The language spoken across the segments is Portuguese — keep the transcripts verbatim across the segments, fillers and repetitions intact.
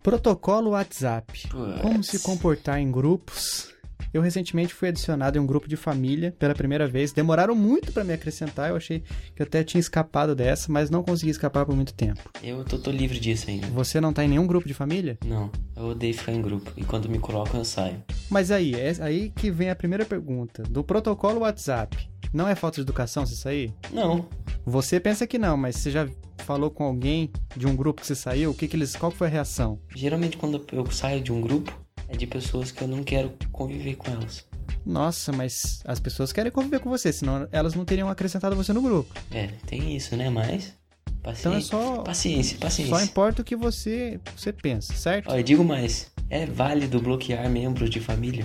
Protocolo WhatsApp. Puts. Como se comportar em grupos? Eu recentemente fui adicionado em um grupo de família pela primeira vez. Demoraram muito pra me acrescentar. Eu achei que eu até tinha escapado dessa, mas não consegui escapar por muito tempo. Eu tô, tô livre disso ainda. Você não tá em nenhum grupo de família? Não, eu odeio ficar em grupo. E quando me colocam, eu saio. Mas aí, é aí que vem a primeira pergunta. Do protocolo WhatsApp, não é falta de educação se sair? Não. Você pensa que não, mas você já falou com alguém de um grupo que você saiu? O que que eles, qual que foi a reação? Geralmente quando eu saio de um grupo, é de pessoas que eu não quero conviver com elas. Nossa, mas as pessoas querem conviver com você, senão elas não teriam acrescentado você no grupo. É, tem isso, né? Mas... Paciência, Então é só... paciência, paciência. Só importa o que você, você pensa, certo? Ó, eu digo mais. É válido bloquear membros de família?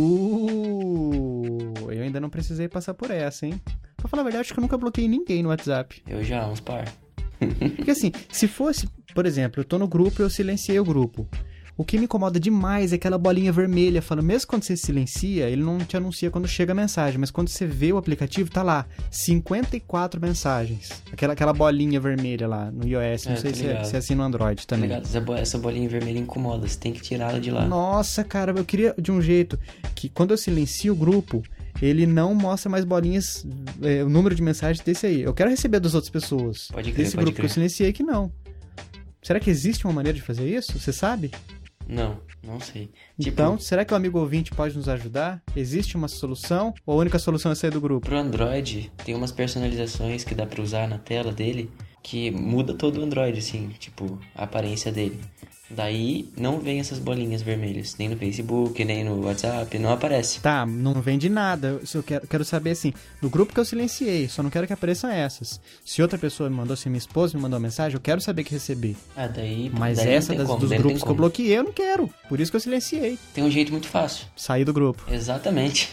Uh, eu ainda não precisei passar por essa, hein? Pra falar a verdade, acho que eu nunca bloqueei ninguém no WhatsApp. Eu já, uns par. Porque assim, se fosse, por exemplo, eu tô no grupo e eu silenciei o grupo. O que me incomoda demais é aquela bolinha vermelha falando, mesmo quando você silencia, ele não te anuncia quando chega a mensagem, mas quando você vê o aplicativo, tá lá, cinquenta e quatro mensagens. Aquela, aquela bolinha vermelha lá no iOS, não É, sei tô se é, ligado. se é assim no Android Tá também. ligado? Essa bo- Essa bolinha vermelha incomoda, você tem que tirá-la de lá. Nossa, cara, eu queria de um jeito que quando eu silencio o grupo, ele não mostra mais bolinhas, é, o número de mensagens desse aí. Eu quero receber das outras pessoas. Pode crer, Desse pode grupo que eu crer. silenciei que não. Será que existe uma maneira de fazer isso? Você sabe? Não, não sei. Tipo, Então, será que o amigo ouvinte pode nos ajudar? Existe uma solução? Ou a única solução é sair do grupo? pro Android, tem umas personalizações que dá pra usar na tela dele que muda todo o Android, assim, tipo, a aparência dele. Daí não vem essas bolinhas vermelhas, nem no Facebook, nem no WhatsApp, não aparece. Tá, não vende nada. Eu só quero, quero saber assim, do grupo que eu silenciei, só não quero que apareçam essas. Se outra pessoa me mandou, se minha esposa me mandou uma mensagem, eu quero saber que recebi. Ah, daí. Mas daí essa não tem das- como, dos daí não tem grupos que eu como. bloqueei, eu não quero. Por isso que eu silenciei. Tem um jeito muito fácil. Saí do grupo. Exatamente.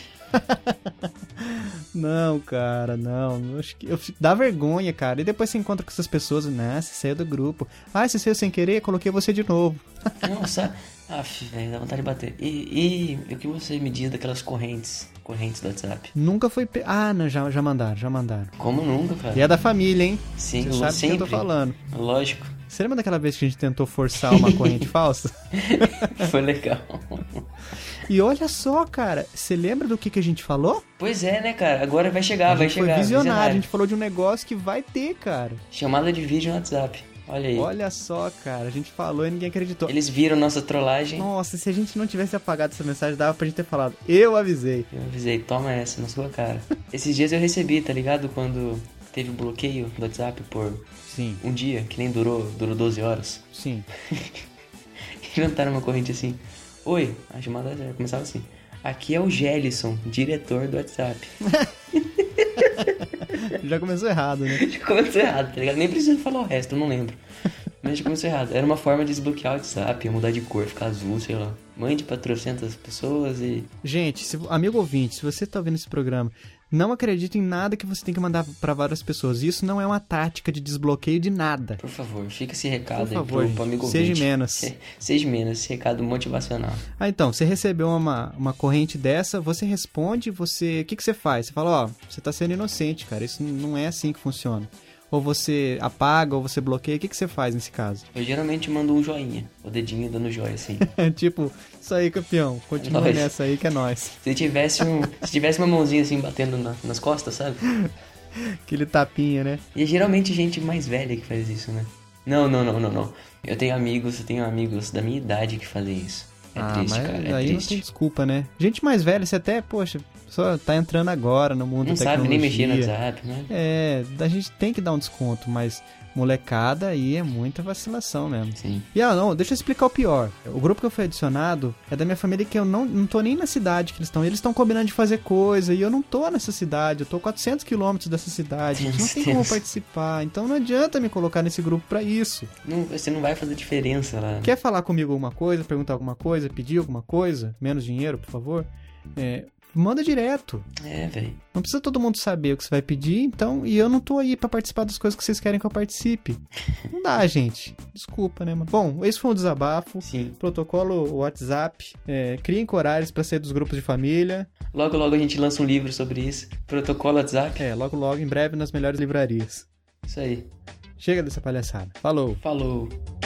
Não, cara, não. Eu acho que eu fico- dá vergonha, cara. E depois você encontra com essas pessoas, né? Você saiu do grupo. Ah, você saiu sem querer, coloquei você de novo. Nossa, af, velho, dá vontade de bater. E, e o que você me diz daquelas correntes? Correntes do WhatsApp? Nunca foi. Pe... Ah, não, já, já mandaram, já mandaram. Como nunca, cara? E é da família, hein? Sim, Você sabe do que sempre. eu tô falando. Lógico. Você lembra daquela vez que a gente tentou forçar uma corrente falsa? Foi legal. E olha só, cara, você lembra do que, que a gente falou? Pois é, né, cara? Agora vai chegar, a vai gente foi chegar. visionário, a gente falou de um negócio que vai ter, cara. Chamada de vídeo no WhatsApp. Olha aí. Olha só, cara, a gente falou e ninguém acreditou. Eles viram nossa trollagem. Nossa, se a gente não tivesse apagado essa mensagem, dava pra gente ter falado. Eu avisei. Eu avisei, toma essa na sua cara. Esses dias eu recebi, tá ligado? Quando teve o bloqueio do WhatsApp por Sim, um dia, que nem durou, durou doze horas. sim. Inventaram uma corrente assim. Oi, a chamada já começava assim. Aqui é o Gelison, diretor do WhatsApp. Já começou errado, né? Já começou errado, tá ligado? Nem preciso falar o resto, eu não lembro. Mas já começou errado. Era uma forma de desbloquear o WhatsApp, mudar de cor, ficar azul, sei lá. Mande pra trocentas pessoas e... Gente, se, amigo ouvinte, se você tá ouvindo esse programa, não acredite em nada que você tem que mandar pra várias pessoas. Isso não é uma tática de desbloqueio de nada. Por favor, fica esse recado Por aí favor, pro, pro amigo seja ouvinte. menos. Se- Seja menos, esse recado motivacional. Ah, então, você recebeu uma, uma corrente dessa, você responde, você... O que, que você faz? Você fala, ó, você tá sendo inocente, cara, isso não é assim que funciona. Ou você apaga, ou você bloqueia, o que, que você faz nesse caso? Eu geralmente mando um joinha, o dedinho dando joia assim. Tipo, isso aí, campeão, continua Nóis. nessa aí que é nóis. Se tivesse, um, se tivesse uma mãozinha assim batendo na- nas costas, sabe? Aquele tapinha, né? E é geralmente gente mais velha que faz isso, né? Não, não, não, não, não. Eu tenho amigos, eu tenho amigos da minha idade que fazem isso. É ah, triste, mas cara, é aí não triste. tem desculpa, né? Gente mais velha, você até, poxa, só tá entrando agora no mundo Não da sabe nem tecnologia. mexer no WhatsApp, né? É, a gente tem que dar um desconto, mas molecada aí é muita vacilação mesmo. Sim. E ah, não, deixa eu explicar o pior. O grupo que eu fui adicionado é da minha família que eu não, não tô nem na cidade que eles estão. Eles estão combinando de fazer coisa e eu não tô nessa cidade. Eu tô quatrocentos quilômetros dessa cidade. Deus, não tem como Deus. participar. Então não adianta me colocar nesse grupo pra isso. Não, você não vai fazer diferença lá. Quer falar comigo alguma coisa, perguntar alguma coisa, pedir alguma coisa? Menos dinheiro, por favor? É, manda direto. É, velho. Não precisa todo mundo saber o que você vai pedir, então, e eu não tô aí pra participar das coisas que vocês querem que eu participe. Não dá, gente. Desculpa, né? Mas, bom, esse foi um desabafo. Sim. Protocolo WhatsApp. É, criem coragem pra sair dos grupos de família. Logo, logo a gente lança um livro sobre isso. Protocolo WhatsApp. É, logo, logo, em breve, nas melhores livrarias. Isso aí. Chega dessa palhaçada. Falou. Falou.